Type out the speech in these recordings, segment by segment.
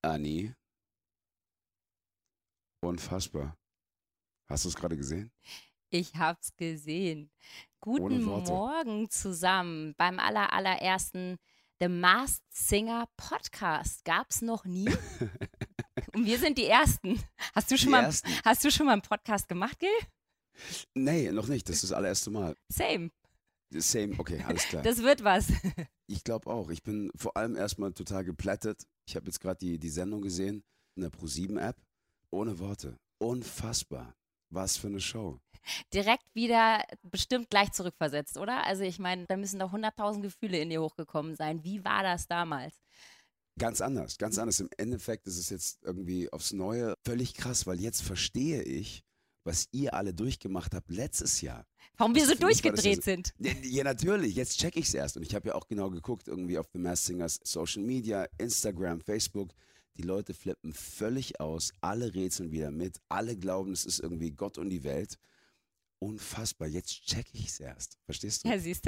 Anni, unfassbar. Hast du es gerade gesehen? Ich hab's gesehen. Ohne Guten Worte. Morgen zusammen beim allerersten The Masked Singer Podcast. Gab's noch nie und wir sind die Ersten. Hast du schon Die mal, ersten. hast du schon mal einen Podcast gemacht, Gil? Nee, noch nicht. Das ist das allererste Mal. Same. Same, okay, alles klar. Das wird was. Ich glaube auch. Ich bin vor allem erstmal total geplättet. Ich habe jetzt gerade die Sendung gesehen in der ProSieben-App. Ohne Worte. Unfassbar. Was für eine Show. Direkt wieder bestimmt gleich zurückversetzt, oder? Also ich meine, da müssen doch 100.000 Gefühle in dir hochgekommen sein. Wie war das damals? Ganz anders, ganz anders. Im Endeffekt ist es jetzt irgendwie aufs Neue völlig krass, weil jetzt verstehe ich, was ihr alle durchgemacht habt letztes Jahr. Warum wir Also so für mich war das ja durchgedreht sind. Ja, natürlich, jetzt check ich es erst. Und ich habe ja auch genau geguckt, irgendwie auf The Masked Singers Social Media, Instagram, Facebook. Die Leute flippen völlig aus, alle rätseln wieder mit, alle glauben, es ist irgendwie Gott und die Welt. Unfassbar, jetzt check ich es erst. Verstehst du? Ja, siehst du?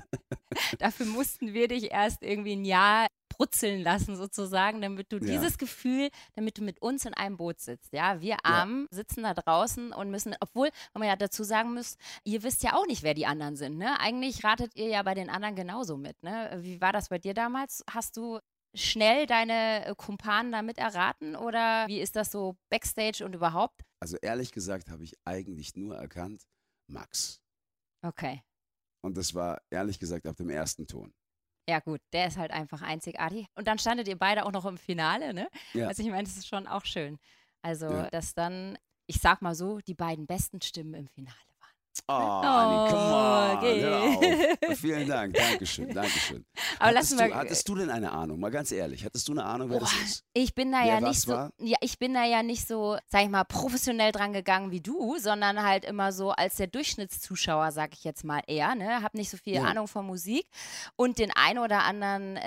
Dafür mussten wir dich erst irgendwie ein Jahr brutzeln lassen sozusagen, damit du Ja. dieses Gefühl, damit du mit uns in einem Boot sitzt. Ja, wir Ja. Armen sitzen da draußen und müssen, obwohl, wenn man ja dazu sagen muss, ihr wisst ja auch nicht, wer die anderen sind. Ne? Eigentlich ratet ihr ja bei den anderen genauso mit. Ne? Wie war das bei dir damals? Hast du schnell deine Kumpanen damit erraten oder wie ist das so Backstage und überhaupt? Also ehrlich gesagt habe ich eigentlich nur erkannt, Max. Okay. Und das war ehrlich gesagt ab dem ersten Ton. Ja gut, der ist halt einfach einzigartig. Und dann standet ihr beide auch noch im Finale, ne? Ja, Also ich meine, das ist schon auch schön. Also, ja. dass dann, ich sag mal so, die beiden besten Stimmen im Finale Oh, waren. Anni, come on, Okay. hör auf. Vielen Dank, Dankeschön, Dankeschön. Aber lassen wir. Hattest du denn eine Ahnung? Mal ganz ehrlich, hattest du eine Ahnung, wer das Boah, ist? ich bin da Wer ja nicht was so, war? ja, ich bin da ja nicht so, sag ich mal, professionell dran gegangen wie du, sondern halt immer so als der Durchschnittszuschauer, sag ich jetzt mal eher, ne? Hab nicht so viel Ja. Ahnung von Musik und den einen oder anderen,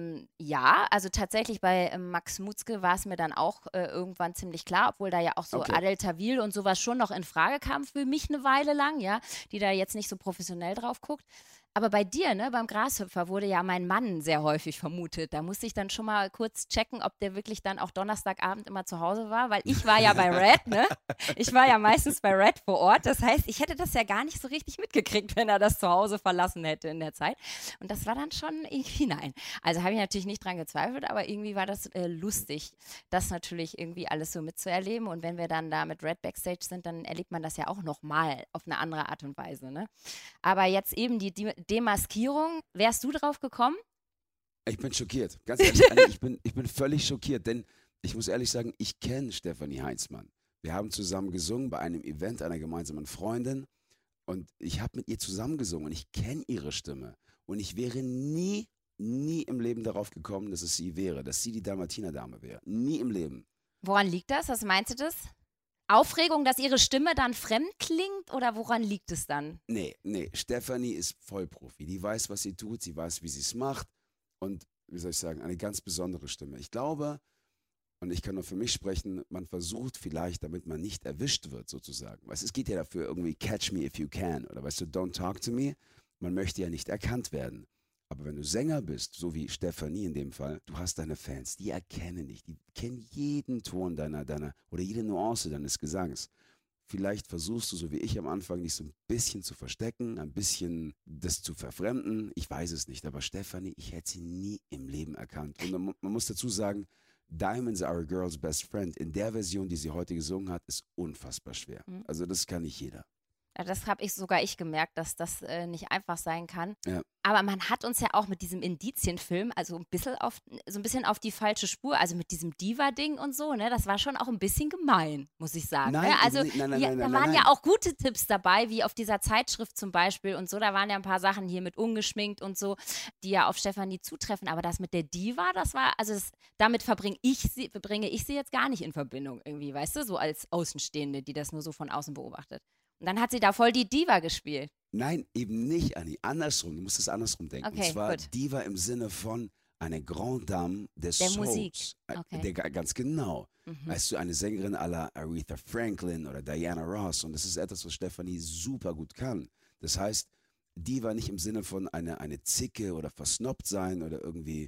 ja, also tatsächlich bei Max Mutzke war es mir dann auch irgendwann ziemlich klar, obwohl da ja auch so Okay. Adel Tawil und sowas schon noch in Frage kam für mich eine Weile lang, ja, die da jetzt nicht so professionell drauf guckt. Aber bei dir, ne, beim Grashüpfer wurde ja mein Mann sehr häufig vermutet. Da musste ich dann schon mal kurz checken, ob der wirklich dann auch Donnerstagabend immer zu Hause war, weil ich war ja bei Red, ne? Ich war ja meistens bei Red vor Ort. Das heißt, ich hätte das ja gar nicht so richtig mitgekriegt, wenn er das zu Hause verlassen hätte in der Zeit. Und das war dann schon irgendwie nein. Also habe ich natürlich nicht dran gezweifelt, aber irgendwie war das lustig, das natürlich irgendwie alles so mitzuerleben. Und wenn wir dann da mit Red Backstage sind, dann erlebt man das ja auch nochmal auf eine andere Art und Weise, ne? Aber jetzt eben die Demaskierung, wärst du drauf gekommen? Ich bin schockiert. Ganz ehrlich, Anni, ich bin völlig schockiert, denn ich muss ehrlich sagen, ich kenne Stefanie Heinzmann. Wir haben zusammen gesungen bei einem Event einer gemeinsamen Freundin und ich habe mit ihr zusammen gesungen und ich kenne ihre Stimme. Und ich wäre nie im Leben darauf gekommen, dass es sie wäre, dass sie die Dalmatiner-Dame wäre. Nie im Leben. Woran liegt das? Was meinst du das? Aufregung, dass ihre Stimme dann fremd klingt oder woran liegt es dann? Nee, Stefanie ist Vollprofi. Die weiß, was sie tut, sie weiß, wie sie es macht. Und, wie soll ich sagen, eine ganz besondere Stimme. Ich glaube, und ich kann nur für mich sprechen, man versucht vielleicht, damit man nicht erwischt wird, sozusagen. Weißt, es geht ja dafür irgendwie catch me if you can oder weißt du, don't talk to me. Man möchte ja nicht erkannt werden. Aber wenn du Sänger bist, so wie Stefanie in dem Fall, du hast deine Fans, die erkennen dich, die kennen jeden Ton deiner oder jede Nuance deines Gesangs. Vielleicht versuchst du, so wie ich am Anfang, dich so ein bisschen zu verstecken, ein bisschen das zu verfremden. Ich weiß es nicht, aber Stefanie, ich hätte sie nie im Leben erkannt. Und man muss dazu sagen, Diamonds Are a Girl's Best Friend, in der Version, die sie heute gesungen hat, ist unfassbar schwer. Mhm. Also das kann nicht jeder. Ja, das habe ich sogar ich gemerkt, dass das nicht einfach sein kann. Ja. Aber man hat uns ja auch mit diesem Indizienfilm, also so ein bisschen auf die falsche Spur, also mit diesem Diva-Ding und so, ne, das war schon auch ein bisschen gemein, muss ich sagen. Nein, Ne? Also eben nicht. Nein, ja, nein, da nein, waren nein. ja auch gute Tipps dabei, wie auf dieser Zeitschrift zum Beispiel und so. Da waren ja ein paar Sachen hier mit ungeschminkt und so, die ja auf Stefanie zutreffen. Aber das mit der Diva, das war, also damit bringe ich sie jetzt gar nicht in Verbindung irgendwie, weißt du, so als Außenstehende, die das nur so von außen beobachtet. Und dann hat sie da voll die Diva gespielt. Nein, eben nicht, Anni. Andersrum, du musst es andersrum denken. Okay, Und zwar gut. Diva im Sinne von eine Grande Dame des Der Souls. Musik. Okay. Ganz genau. Mhm. Weißt du, eine Sängerin à la Aretha Franklin oder Diana Ross. Und das ist etwas, was Stefanie super gut kann. Das heißt, Diva nicht im Sinne von eine Zicke oder versnobbt sein oder irgendwie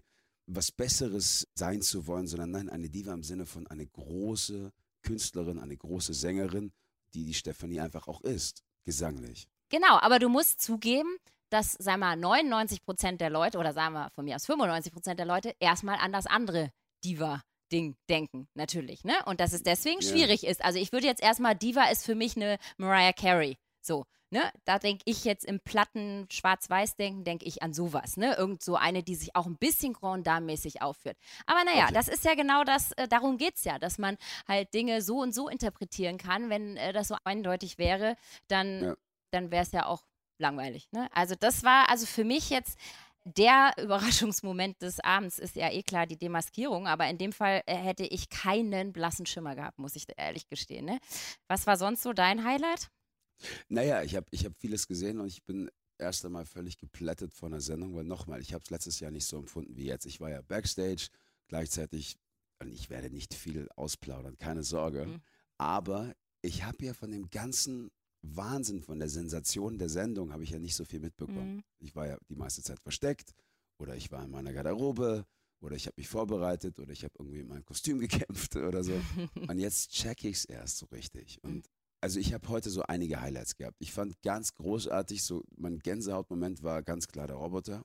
was Besseres sein zu wollen, sondern nein, eine Diva im Sinne von eine große Künstlerin, eine große Sängerin, die Stefanie einfach auch ist, gesanglich. Genau, aber du musst zugeben, dass, sagen wir mal, 99% der Leute oder sagen wir von mir aus 95% der Leute erstmal an das andere Diva-Ding denken, natürlich, ne? Und dass es deswegen schwierig ist. Also ich würde jetzt erstmal, Diva ist für mich eine Mariah Carey, so, ne? Da denke ich jetzt im platten Schwarz-Weiß-Denken, denke ich an sowas, ne? Irgend so eine, die sich auch ein bisschen Grand Dame-mäßig aufführt. Aber naja, das ist ja genau das, darum geht es ja, dass man halt Dinge so und so interpretieren kann. Wenn das so eindeutig wäre, dann wäre es ja auch langweilig. Ne? Also das war also für mich jetzt der Überraschungsmoment des Abends, ist ja eh klar die Demaskierung, aber in dem Fall hätte ich keinen blassen Schimmer gehabt, muss ich ehrlich gestehen. Ne? Was war sonst so dein Highlight? Naja, ich hab vieles gesehen und ich bin erst einmal völlig geplättet von der Sendung, weil nochmal, ich habe es letztes Jahr nicht so empfunden wie jetzt. Ich war ja Backstage, gleichzeitig, und ich werde nicht viel ausplaudern, keine Sorge, aber ich habe ja von dem ganzen Wahnsinn, von der Sensation der Sendung habe ich ja nicht so viel mitbekommen. Ich war ja die meiste Zeit versteckt oder ich war in meiner Garderobe oder ich habe mich vorbereitet oder ich habe irgendwie in meinem Kostüm gekämpft oder so. Und jetzt check ich es erst so richtig. Und also ich habe heute so einige Highlights gehabt. Ich fand ganz großartig, so mein Gänsehautmoment war ganz klar der Roboter.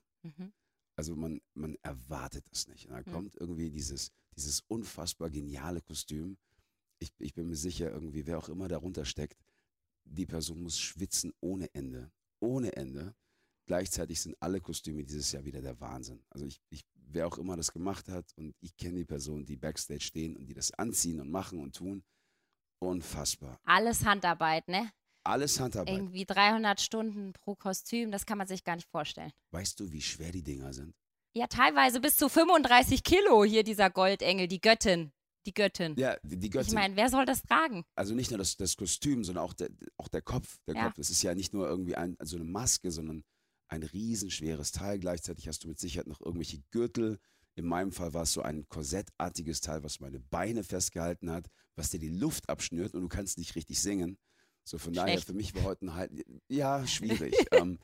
Also man erwartet es nicht. Und da kommt irgendwie dieses unfassbar geniale Kostüm. Ich bin mir sicher, irgendwie, wer auch immer darunter steckt, die Person muss schwitzen ohne Ende. Ohne Ende. Gleichzeitig sind alle Kostüme dieses Jahr wieder der Wahnsinn. Also wer auch immer das gemacht hat und ich kenne die Personen, die Backstage stehen und die das anziehen und machen und tun. Unfassbar. Alles Handarbeit, ne? Alles Handarbeit. Irgendwie 300 Stunden pro Kostüm, das kann man sich gar nicht vorstellen. Weißt du, wie schwer die Dinger sind? Ja, teilweise bis zu 35 Kilo hier dieser Goldengel, die Göttin. Die Göttin. Ja, die Göttin. Ich meine, wer soll das tragen? Also nicht nur das Kostüm, sondern auch der Kopf. Der Kopf. Das ist ja nicht nur irgendwie so eine Maske, sondern ein riesenschweres Teil. Gleichzeitig hast du mit Sicherheit noch irgendwelche Gürtel. In meinem Fall war es so ein korsettartiges Teil, was meine Beine festgehalten hat, was dir die Luft abschnürt und du kannst nicht richtig singen. So von daher, für mich war heute schwierig.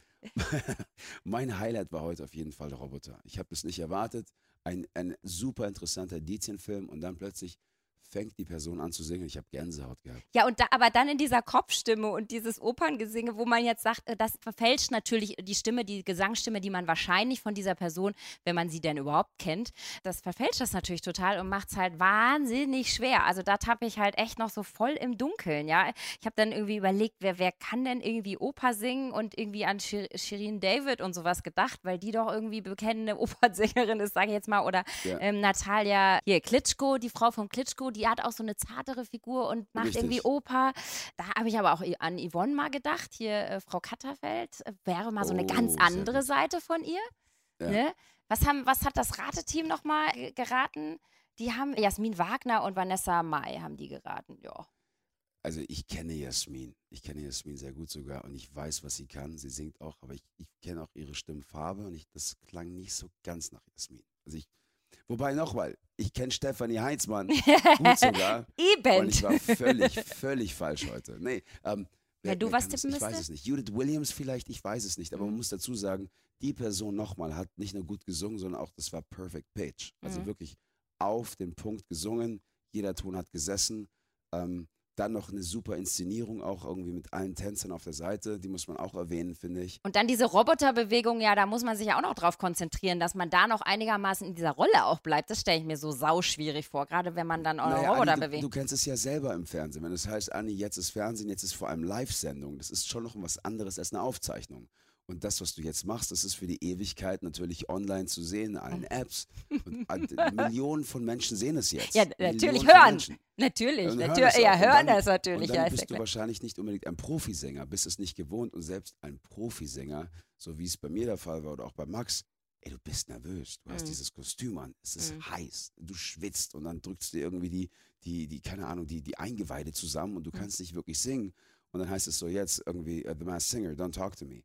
Mein Highlight war heute auf jeden Fall der Roboter. Ich habe es nicht erwartet. Ein super interessanter Indizien-Film und dann plötzlich fängt die Person an zu singen. Ich habe Gänsehaut gehabt. Ja, aber dann in dieser Kopfstimme und dieses Operngesinge, wo man jetzt sagt, das verfälscht natürlich die Stimme, die Gesangsstimme, die man wahrscheinlich von dieser Person, wenn man sie denn überhaupt kennt, das verfälscht das natürlich total und macht es halt wahnsinnig schwer. Also da tappe ich halt echt noch so voll im Dunkeln, ja. Ich habe dann irgendwie überlegt, wer kann denn irgendwie Oper singen und irgendwie an Shirin David und sowas gedacht, weil die doch irgendwie bekennende Opernsängerin ist, sage ich jetzt mal. Oder Natalia Klitschko, die Frau von Klitschko, die hat auch so eine zartere Figur und macht irgendwie Oper. Da habe ich aber auch an Yvonne mal gedacht, hier Frau Katterfeld, wäre mal so eine ganz andere Seite von ihr. Ja. Ne? Was hat das Rateteam nochmal geraten? Die haben Jasmin Wagner und Vanessa Mai haben die geraten, ja. Also ich kenne Jasmin sehr gut sogar und ich weiß, was sie kann. Sie singt auch, aber ich kenne auch ihre Stimmfarbe und das klang nicht so ganz nach Jasmin. Also wobei nochmal, ich kenne Stefanie Heinzmann gut sogar. Eben. Und ich war völlig falsch heute. Nee, wenn du was tippen müsstest? Ich weiß es nicht. Judith Williams vielleicht, ich weiß es nicht. Aber man muss dazu sagen, die Person nochmal hat nicht nur gut gesungen, sondern auch, das war Perfect Pitch. Also wirklich auf den Punkt gesungen. Jeder Ton hat gesessen. Dann noch eine super Inszenierung, auch irgendwie mit allen Tänzern auf der Seite. Die muss man auch erwähnen, finde ich. Und dann diese Roboterbewegung, ja, da muss man sich ja auch noch drauf konzentrieren, dass man da noch einigermaßen in dieser Rolle auch bleibt. Das stelle ich mir so sauschwierig vor, gerade wenn man dann auch noch Roboter Anni, bewegt. Du kennst es ja selber im Fernsehen. Wenn es heißt, Anni, jetzt ist Fernsehen, jetzt ist vor allem Live-Sendung. Das ist schon noch was anderes als eine Aufzeichnung. Und das, was du jetzt machst, das ist für die Ewigkeit natürlich online zu sehen, in allen Apps. Und Millionen von Menschen sehen es jetzt. Ja, natürlich hören. Natürlich. Hören es natürlich. Und dann bist du wahrscheinlich nicht unbedingt ein Profisänger, bist es nicht gewohnt. Und selbst ein Profisänger, so wie es bei mir der Fall war oder auch bei Max, du bist nervös. Du hast dieses Kostüm an, es ist heiß, du schwitzt und dann drückst du irgendwie keine Ahnung, die Eingeweide zusammen und du kannst nicht wirklich singen. Und dann heißt es so jetzt irgendwie, The Masked Singer, don't talk to me.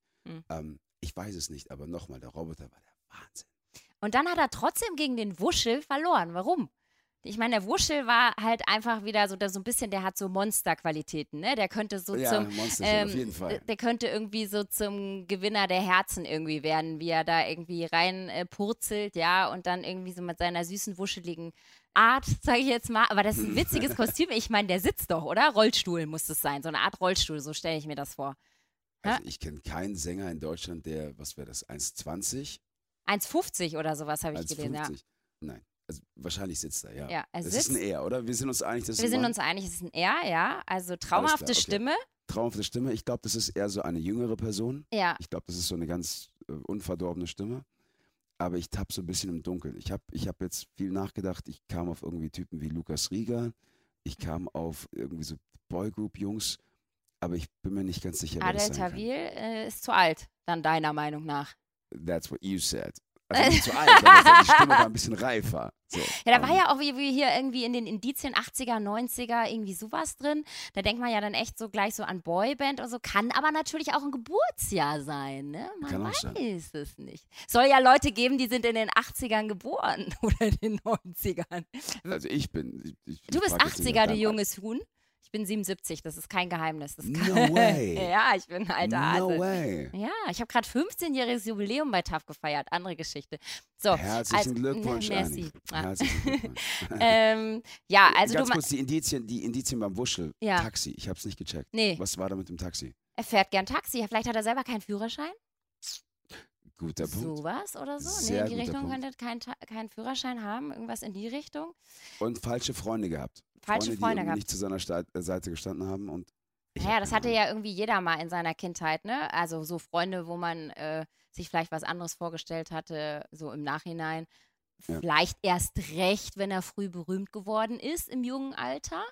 Ich weiß es nicht, aber nochmal, der Roboter war der Wahnsinn. Und dann hat er trotzdem gegen den Wuschel verloren. Warum? Ich meine, der Wuschel war halt einfach wieder so ein bisschen, der hat so Monsterqualitäten, ne? Der könnte so Ja, Monsterchen, auf jeden Fall. der könnte irgendwie so zum Gewinner der Herzen irgendwie werden, wie er da irgendwie rein purzelt, ja, und dann irgendwie so mit seiner süßen, wuscheligen Art, sage ich jetzt mal. Aber das ist ein witziges Kostüm. Ich meine, der sitzt doch, oder? Rollstuhl muss es sein, so eine Art Rollstuhl, so stelle ich mir das vor. Also ich kenne keinen Sänger in Deutschland, der, was wäre das, 1,20? 1,50 oder sowas habe ich gelesen, ja. Nein. Also wahrscheinlich sitzt er, ja. Ja, er das sitzt. ist ein Er, oder? Wir sind uns einig, dass Wir sind uns einig, es ist ein Er, ja. Also traumhafte okay. Stimme. Traumhafte Stimme. Ich glaube, das ist eher so eine jüngere Person. Ja. Ich glaube, das ist so eine ganz unverdorbene Stimme. Aber ich tapp so ein bisschen im Dunkeln. Ich hab jetzt viel nachgedacht. Ich kam auf irgendwie Typen wie Lukas Rieger. Ich kam auf irgendwie so Boygroup-Jungs. Aber ich bin mir nicht ganz sicher, wer das Adel sein Tawil ist zu alt, dann deiner Meinung nach. kann. That's what you said. Also nicht zu alt, aber die Stimme war ein bisschen reifer. So. Ja, da war ja auch wie hier irgendwie in den Indizien 80er, 90er irgendwie sowas drin. Da denkt man ja dann echt so gleich so an Boyband oder so. Kann aber natürlich auch ein Geburtsjahr sein, ne? Man weiß es nicht. Soll ja Leute geben, die sind in den 80ern geboren oder in den 90ern. Also ich bin. Du bist 80er, du junges Huhn. Ich bin 77, das ist kein Geheimnis. Das no way. Ja, ich bin ein alter Hase. No way. Ja, ich habe gerade 15-jähriges Jubiläum bei TAF gefeiert. Andere Geschichte. So, Herzlichen Glückwunsch, merci. Herzlichen Glückwunsch. Ja, also Ganz kurz, die Indizien beim Wuschel. Ja. Taxi, ich habe es nicht gecheckt. Nee. Was war da mit dem Taxi? Er fährt gern Taxi. Vielleicht hat er selber keinen Führerschein. Guter Punkt. Sowas oder so? Sehr in die Richtung Punkt. könnte keinen Führerschein haben. Irgendwas in die Richtung. Und falsche Freunde gehabt. Falsche Freunde die gehabt. nicht zu seiner Seite gestanden haben. Und ja, das hatte ja irgendwie jeder mal in seiner Kindheit, ne? Also so Freunde, wo man sich vielleicht was anderes vorgestellt hatte, so im Nachhinein. Ja. Vielleicht erst recht, wenn er früh berühmt geworden ist im jungen Alter.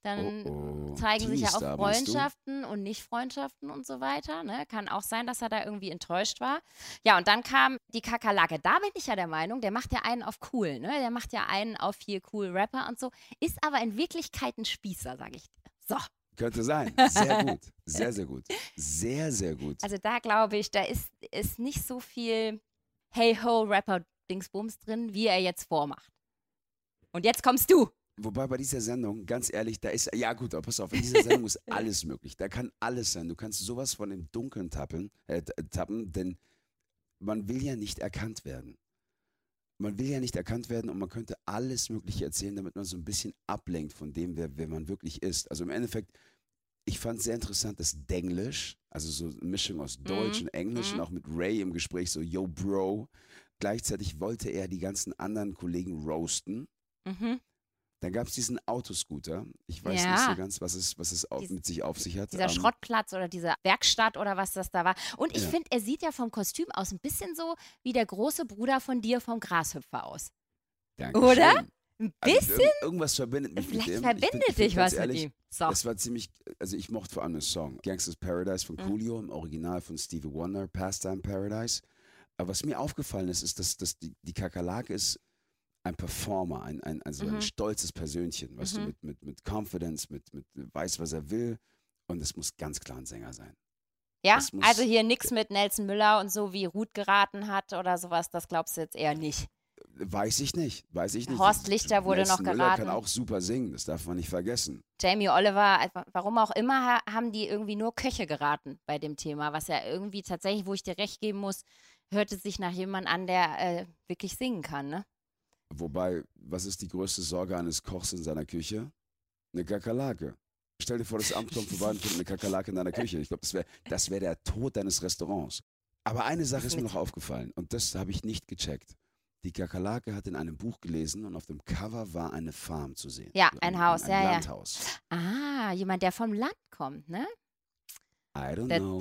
Dann zeigen sich ja auch Freundschaften und Nicht-Freundschaften und so weiter. Ne? Kann auch sein, dass er da irgendwie enttäuscht war. Ja, und dann kam die Kakerlake. Da bin ich ja der Meinung, der macht ja einen auf cool. Ne? Der macht ja einen auf hier cool Rapper und so. Ist aber in Wirklichkeit ein Spießer, sage ich dir. So. Könnte sein. Sehr gut. Sehr, sehr gut. Sehr, sehr gut. Also da glaube ich, da ist nicht so viel Hey-Ho-Rapper-Dingsbums drin, wie er jetzt vormacht. Und jetzt kommst du. Wobei bei dieser Sendung, ganz ehrlich, da ist, ja gut, aber pass auf, in dieser Sendung ist alles möglich. Da kann alles sein. Du kannst sowas von im Dunkeln tappen, denn man will ja nicht erkannt werden. Man will ja nicht erkannt werden und man könnte alles Mögliche erzählen, damit man so ein bisschen ablenkt von dem, wer man wirklich ist. Also im Endeffekt, ich fand sehr interessant, das Denglisch, also so eine Mischung aus Deutsch und Englisch und auch mit Ray im Gespräch so, yo Bro. Gleichzeitig wollte er die ganzen anderen Kollegen roasten. Mhm. Dann gab es diesen Autoscooter. Ich weiß nicht so ganz, was es mit sich auf sich hat. Dieser Schrottplatz oder diese Werkstatt oder was das da war. Und ich finde, er sieht ja vom Kostüm aus ein bisschen so wie der große Bruder von dir vom Grashüpfer aus. Dankeschön. Oder? Ein bisschen? Also irgendwas verbindet mich mit dem. Vielleicht verbindet dich was ehrlich, mit ihm. So. Das war ziemlich, also ich mochte vor allem den Song. Gangsta's Paradise von Coolio, im Original von Stevie Wonder, Pastime Paradise. Aber was mir aufgefallen ist, dass die Kakerlake ist ein Performer, ein stolzes Persönchen, weißt du, mit Confidence, mit weiß, was er will. Und es muss ganz klar ein Sänger sein. Ja, also hier nichts mit Nelson Müller und so, wie Ruth geraten hat oder sowas, das glaubst du jetzt eher nicht. Weiß ich nicht. Horst Lichter wurde Nelson noch geraten. Müller kann auch super singen, das darf man nicht vergessen. Jamie Oliver, warum auch immer, haben die irgendwie nur Köche geraten bei dem Thema, was ja irgendwie tatsächlich, wo ich dir recht geben muss, hörte sich nach jemandem an, der wirklich singen kann, ne? Wobei, was ist die größte Sorge eines Kochs in seiner Küche? Eine Kakerlake. Stell dir vor, das Amt kommt vorbei und findet eine Kakerlake in deiner Küche. Ich glaube, das wär der Tod deines Restaurants. Aber eine Sache ist mir noch aufgefallen und das habe ich nicht gecheckt. Die Kakerlake hat in einem Buch gelesen und auf dem Cover war eine Farm zu sehen. Ja, ein Haus, ein Landhaus. Ah, jemand, der vom Land kommt, ne? I don't know.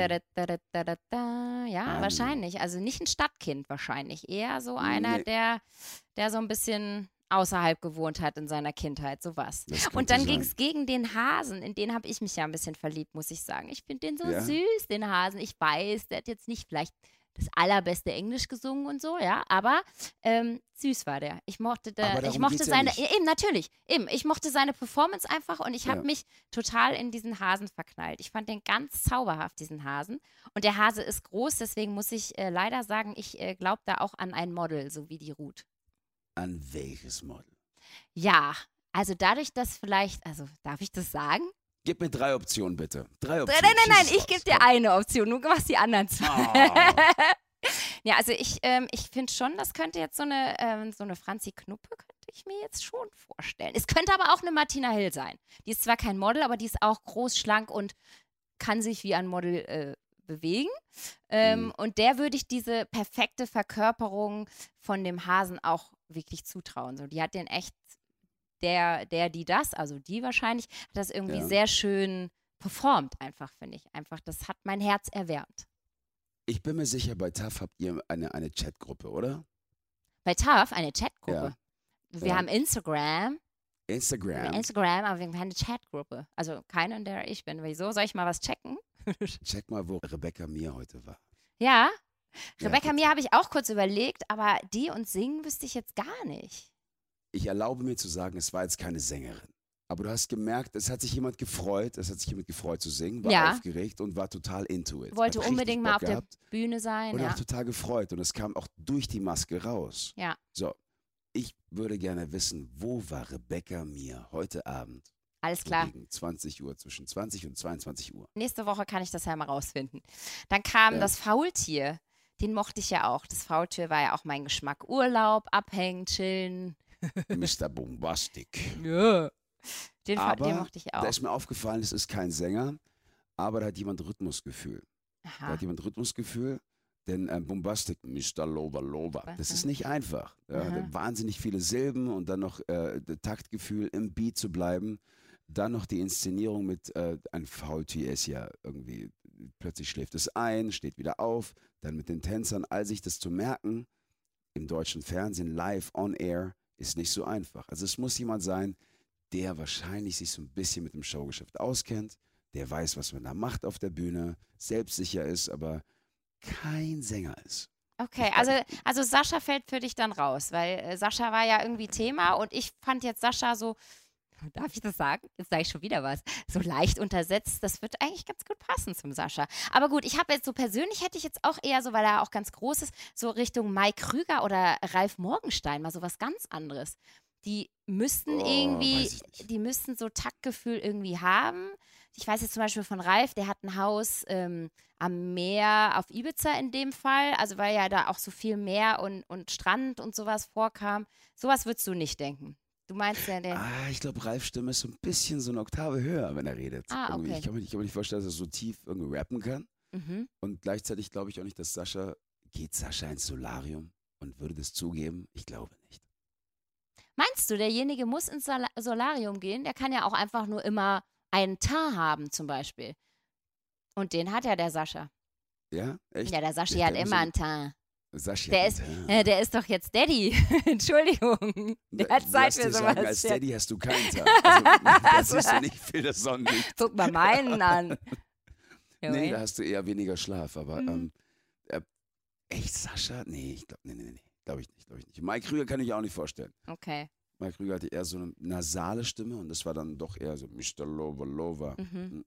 Ja, wahrscheinlich. Also nicht ein Stadtkind wahrscheinlich. Eher so einer, der so ein bisschen außerhalb gewohnt hat in seiner Kindheit, sowas. Und dann ging es gegen den Hasen. In den habe ich mich ja ein bisschen verliebt, muss ich sagen. Ich finde den so süß, den Hasen. Ich weiß, der hat jetzt nicht vielleicht das allerbeste Englisch gesungen und so, ja, aber süß war der. Ich mochte seine, ich mochte seine Performance einfach und ich habe mich total in diesen Hasen verknallt. Ich fand den ganz zauberhaft, diesen Hasen. Und der Hase ist groß, deswegen muss ich leider sagen, ich glaube da auch an ein Model, so wie die Ruth. An welches Model? Ja, also dadurch, dass vielleicht, also darf ich das sagen? Gib mir 3 Optionen, bitte. 3 Nein, Optionen. nein, Schieß ich raus. gebe dir eine Option, du machst die anderen 2. Ah. Ja, also ich finde schon, das könnte jetzt so eine Franzi Knuppe, könnte ich mir jetzt schon vorstellen. Es könnte aber auch eine Martina Hill sein. Die ist zwar kein Model, aber die ist auch groß, schlank und kann sich wie ein Model bewegen. Und der würde ich diese perfekte Verkörperung von dem Hasen auch wirklich zutrauen. So, die hat den echt, die das, also die wahrscheinlich, hat das irgendwie Ja. sehr schön performt, einfach, finde ich. Einfach, das hat mein Herz erwärmt. Ich bin mir sicher, bei TAF habt ihr eine Chatgruppe, oder? Bei TAF eine Chatgruppe. Wir Ja. haben Instagram, Instagram. aber wir haben keine Chatgruppe. Also keine, in der ich bin. Wieso? Soll ich mal was checken? Check mal, wo Rebecca Mir heute war. Ja, Ja, Rebecca bitte. Mir habe ich auch kurz überlegt, aber die und singen wüsste ich jetzt gar nicht. Ich erlaube mir zu sagen, es war jetzt keine Sängerin. Aber du hast gemerkt, es hat sich jemand gefreut zu singen, war Ja. aufgeregt und war total into it. Wollte Hat richtig unbedingt mal Bock auf der gehabt Bühne sein, und ja. auch total gefreut. Und es kam auch durch die Maske raus. Ja, So, ich würde gerne wissen, wo war Rebecca Mir heute Abend? alles So klar. gegen 20 Uhr, zwischen 20 und 22 Uhr. Nächste Woche kann ich das ja mal rausfinden. Dann kam Ja. das Faultier. Den mochte ich ja auch. Das Faultier war ja auch mein Geschmack. Urlaub, abhängen, chillen. Mr. Bombastic. Ja. Den Aber mochte ich da auch. ist mir aufgefallen, es ist kein Sänger, aber da hat jemand Rhythmusgefühl. Da Aha. hat jemand Rhythmusgefühl, denn Bombastic, Mr. Lover, das ist Aha. nicht einfach. Ja, Aha. wahnsinnig viele Silben und dann noch Taktgefühl, im Beat zu bleiben. Dann noch die Inszenierung mit ein Faultier ist ja irgendwie, plötzlich schläft es ein, steht wieder auf, dann mit den Tänzern, all sich das zu merken, im deutschen Fernsehen, live, on air, ist nicht so einfach. Also es muss jemand sein, der wahrscheinlich sich so ein bisschen mit dem Showgeschäft auskennt, der weiß, was man da macht auf der Bühne, selbstsicher ist, aber kein Sänger ist. Okay, also Sascha fällt für dich dann raus, weil Sascha war ja irgendwie Thema und ich fand jetzt Sascha so, darf ich das sagen? Jetzt sage ich schon wieder was. So leicht untersetzt, das wird eigentlich ganz gut passen zum Sascha. Aber gut, ich habe jetzt so persönlich, hätte ich jetzt auch eher so, weil er auch ganz groß ist, so Richtung Mike Krüger oder Ralf Morgenstein, mal so was ganz anderes. Die müssten weiß ich nicht. die müssten so Taktgefühl irgendwie haben. Ich weiß jetzt zum Beispiel von Ralf, der hat ein Haus am Meer auf Ibiza in dem Fall, also weil ja da auch so viel Meer und Strand und sowas vorkam. Sowas würdest du nicht denken. Du meinst ja, Ich glaube, Ralfs Stimme ist so ein bisschen so eine Oktave höher, wenn er redet. Ah, Irgendwie. okay. Ich kann mir nicht vorstellen, dass er so tief irgendwie rappen kann. Mhm. Und gleichzeitig glaube ich auch nicht, dass geht Sascha ins Solarium und würde das zugeben? Ich glaube nicht. Meinst du, derjenige muss ins Solarium gehen? Der kann ja auch einfach nur immer einen Teint haben, zum Beispiel. Und den hat ja der Sascha. Ja? Echt? Ja, der Sascha Der hat muss immer so- einen Teint. Sascha Der hat ist, einen der ist doch jetzt Daddy. Entschuldigung. Der hat Zeit Lass für dir sagen, sowas. als Ja. Daddy hast du keinen Tag. Also, da siehst du nicht viel das Sonnenlicht. Guck mal meinen an. Nee, da hast du eher weniger Schlaf. Aber Mhm. echt Sascha? Nee, ich glaube nee. Glaube ich nicht. Mike Krüger kann ich auch nicht vorstellen. Okay. Mike Krüger hatte eher so eine nasale Stimme und das war dann doch eher so Mr. Lover. Mhm.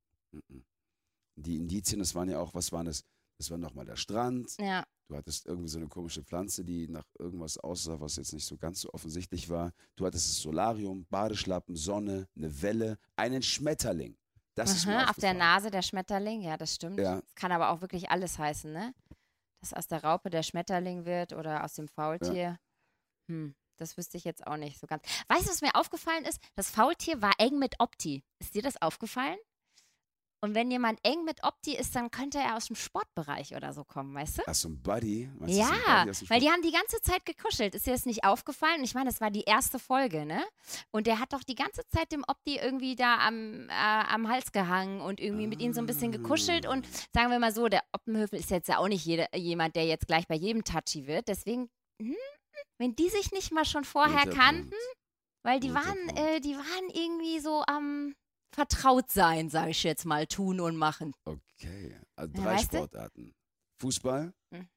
Die Indizien, das waren ja auch, was waren das? Das war nochmal der Strand. Ja. Du hattest irgendwie so eine komische Pflanze, die nach irgendwas aussah, was jetzt nicht so ganz so offensichtlich war. Du hattest das Solarium, Badeschlappen, Sonne, eine Welle, einen Schmetterling. Das ist mir Aha, auf der aufgefallen. Nase der Schmetterling, ja, das stimmt. Ja. Das kann aber auch wirklich alles heißen, ne? Dass aus der Raupe der Schmetterling wird oder aus dem Faultier. Das wüsste ich jetzt auch nicht so ganz. Weißt du, was mir aufgefallen ist? Das Faultier war eng mit Opti. Ist dir das aufgefallen? Und wenn jemand eng mit Opti ist, dann könnte er aus dem Sportbereich oder so kommen, weißt du? Ach, so ein Buddy? Meinst du, so ein Ja, Buddy aus dem weil die Sport? haben die ganze Zeit gekuschelt. Ist dir das nicht aufgefallen? Ich meine, das war die erste Folge, ne? Und der hat doch die ganze Zeit dem Opti irgendwie da am Hals gehangen und irgendwie mit ihm so ein bisschen gekuschelt. Und sagen wir mal so, der Oppenhövel ist jetzt ja auch nicht jemand, der jetzt gleich bei jedem touchy wird. Deswegen, wenn die sich nicht mal schon vorher Guter kannten, Punkt. weil die Guter waren, Punkt. die waren irgendwie so am vertraut sein, sage ich jetzt mal, tun und machen. Okay, also Ja, 3 weißt du? Sportarten. Fußball,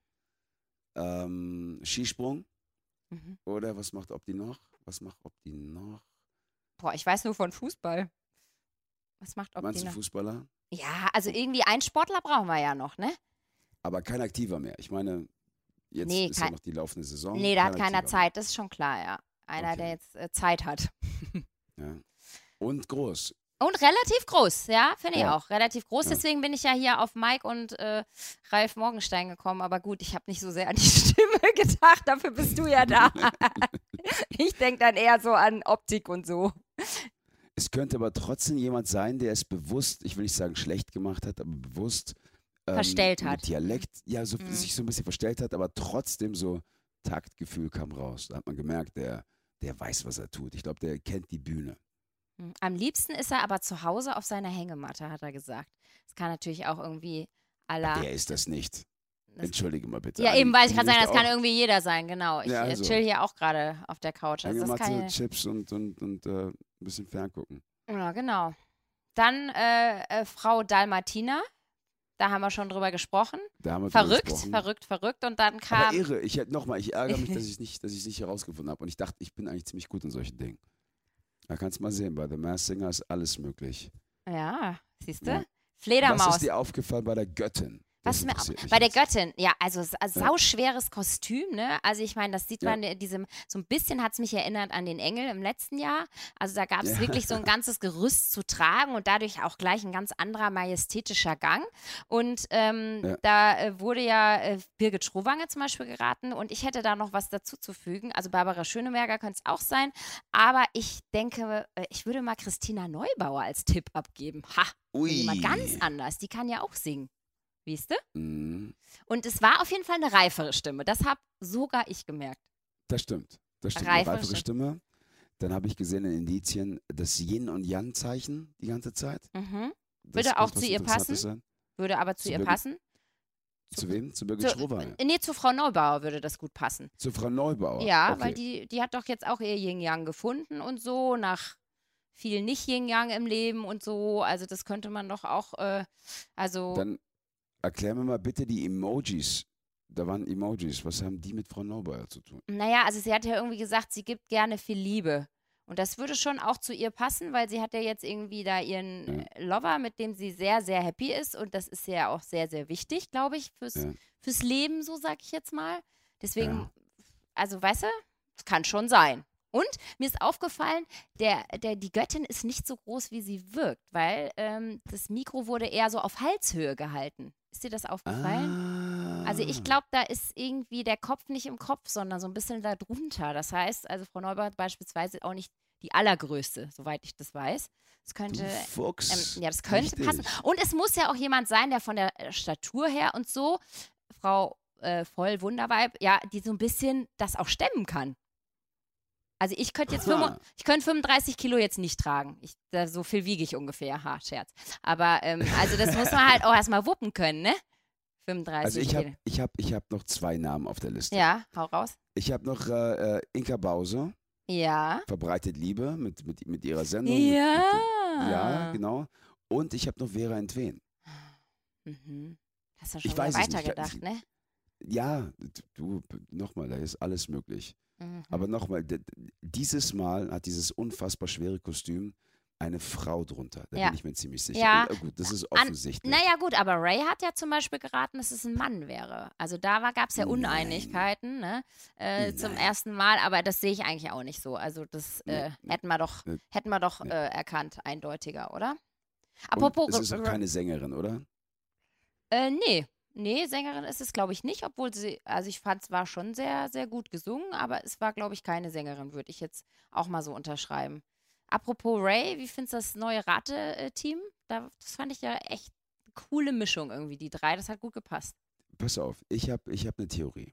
Skisprung Mhm. oder was macht Opti noch? Boah, ich weiß nur von Fußball. Was macht Meinst Opti du noch? Fußballer? Ja, also irgendwie einen Sportler brauchen wir ja noch, ne? Aber kein Aktiver mehr. Ich meine, jetzt Nee, ist ja noch die laufende Saison. Nee, da hat kein keiner Aktiver mehr. Zeit, das ist schon klar, ja. Einer, Okay. der jetzt Zeit hat. Ja. Und groß. Und relativ groß, ja, finde ich Ja. auch. Relativ groß. Ja. Deswegen bin ich ja hier auf Mike und Ralf Morgenstein gekommen. Aber gut, ich habe nicht so sehr an die Stimme gedacht. Dafür bist du ja da. Ich denke dann eher so an Optik und so. Es könnte aber trotzdem jemand sein, der es bewusst, ich will nicht sagen schlecht gemacht hat, aber bewusst Verstellt mit hat. Dialekt, ja, so, Mhm. sich so ein bisschen verstellt hat, aber trotzdem so Taktgefühl kam raus. Da hat man gemerkt, der weiß, was er tut. Ich glaube, der kennt die Bühne. Am liebsten ist er aber zu Hause auf seiner Hängematte, hat er gesagt. Das kann natürlich auch irgendwie à la. Der ist das nicht. Das- Entschuldige mal bitte. Ja, Adi, eben, weil ich du gerade sagen, musst das kann auch irgendwie jeder sein, genau. Ich Ja, also. chill hier auch gerade auf der Couch. Also das kann Hängematte, ich, Chips und ein bisschen ferngucken. ja, genau. Dann Frau Dalmatina, da haben wir schon drüber gesprochen. Da haben wir drüber Verrückt, gesprochen. verrückt. Und dann Aber kam. irre, ich ärgere mich, dass ich es nicht herausgefunden habe. Und ich dachte, ich bin eigentlich ziemlich gut in solchen Dingen. Da kannst du mal sehen, bei The Masked Singer ist alles möglich. Ja, siehst du? Ja. Fledermaus. Was ist dir aufgefallen bei der Göttin? Das Was mir interessiert mich bei der jetzt. Göttin, ja, also sauschweres Kostüm, ne? Also ich meine, das sieht Ja. man in diesem, so ein bisschen hat es mich erinnert an den Engel im letzten Jahr. Also da gab es Ja. wirklich so ein ganzes Gerüst zu tragen und dadurch auch gleich ein ganz anderer majestätischer Gang. Und da wurde ja Birgit Schrowange zum Beispiel geraten und ich hätte da noch was dazu zu fügen. Also Barbara Schöneberger könnte es auch sein, aber ich denke, ich würde mal Christina Neubauer als Tipp abgeben. Ha, jemand ganz anders, die kann ja auch singen. Weißt du? Mhm. Und es war auf jeden Fall eine reifere Stimme. Das habe sogar ich gemerkt. Das stimmt. Das stimmt. Reifere Eine reifere Stimme. Dann habe ich gesehen in Indizien das Yin- und Yang-Zeichen die ganze Zeit. Mhm. Das Würde auch könnte was zu ihr Interessantes passen. sein. Würde aber zu Zu ihr Birgit- passen. Zu wem? Zu Birgit Schrowange. Nee, zu Frau Neubauer würde das gut passen. Zu Frau Neubauer. Ja, okay. weil die hat doch jetzt auch ihr Yin-Yang gefunden und so, nach viel Nicht-Yin-Yang im Leben und so. Also das könnte man doch auch, Dann erklär mir mal bitte die Emojis. Da waren Emojis. Was haben die mit Frau Neubauer zu tun? naja, also sie hat ja irgendwie gesagt, sie gibt gerne viel Liebe. Und das würde schon auch zu ihr passen, weil sie hat ja jetzt irgendwie da ihren Lover, mit dem sie sehr, sehr happy ist. Und das ist ja auch sehr, sehr wichtig, glaube ich, fürs Leben, so sag ich jetzt mal. Deswegen, also weißt du, es kann schon sein. Und mir ist aufgefallen, die Göttin ist nicht so groß, wie sie wirkt, weil das Mikro wurde eher so auf Halshöhe gehalten. Ist dir das aufgefallen? Also ich glaube, da ist irgendwie der Kopf nicht im Kopf, sondern so ein bisschen da drunter. Das heißt, also Frau Neubauer beispielsweise auch nicht die allergrößte, soweit ich das weiß. Das könnte, Du Fuchs. ja, das könnte Richtig. passen. Und es muss ja auch jemand sein, der von der Statur her und so, Frau voll Wunderweib, ja, die so ein bisschen das auch stemmen kann. Also ich könnte jetzt 35 Kilo jetzt nicht tragen. So viel wiege ich ungefähr. Ha, Scherz. Aber also das muss man halt auch erstmal wuppen können, ne? 35 Also Kilo. ich hab noch 2 Namen auf der Liste. Ja, hau raus. Ich habe noch Inka Bause, Ja. Verbreitet Liebe mit ihrer Sendung. Ja, genau. Und ich habe noch Vera Entwen. Mhm. Hast du schon Ich wieder weiß es nicht. weitergedacht, ne? Ja, du, nochmal, da ist alles möglich. Mhm. Aber nochmal, dieses Mal hat dieses unfassbar schwere Kostüm eine Frau drunter. Da Ja. bin ich mir ziemlich sicher. Ja. Gut, das ist offensichtlich. Naja, gut, aber Ray hat ja zum Beispiel geraten, dass es ein Mann wäre. Also da gab es ja Nein. Uneinigkeiten, ne? Zum Nein. ersten Mal, aber das sehe ich eigentlich auch nicht so. Also das Nee, hätten wir doch, Nee. erkannt, eindeutiger, oder? Und Apropos, es ist auch keine Sängerin, oder? Nee, Sängerin ist es, glaube ich, nicht, obwohl also ich fand, es war schon sehr, sehr gut gesungen, aber es war, glaube ich, keine Sängerin, würde ich jetzt auch mal so unterschreiben. Apropos Ray, wie findest du das neue Rate-Team? Das fand ich ja echt eine coole Mischung irgendwie, die 3, das hat gut gepasst. Pass auf, ich hab eine Theorie.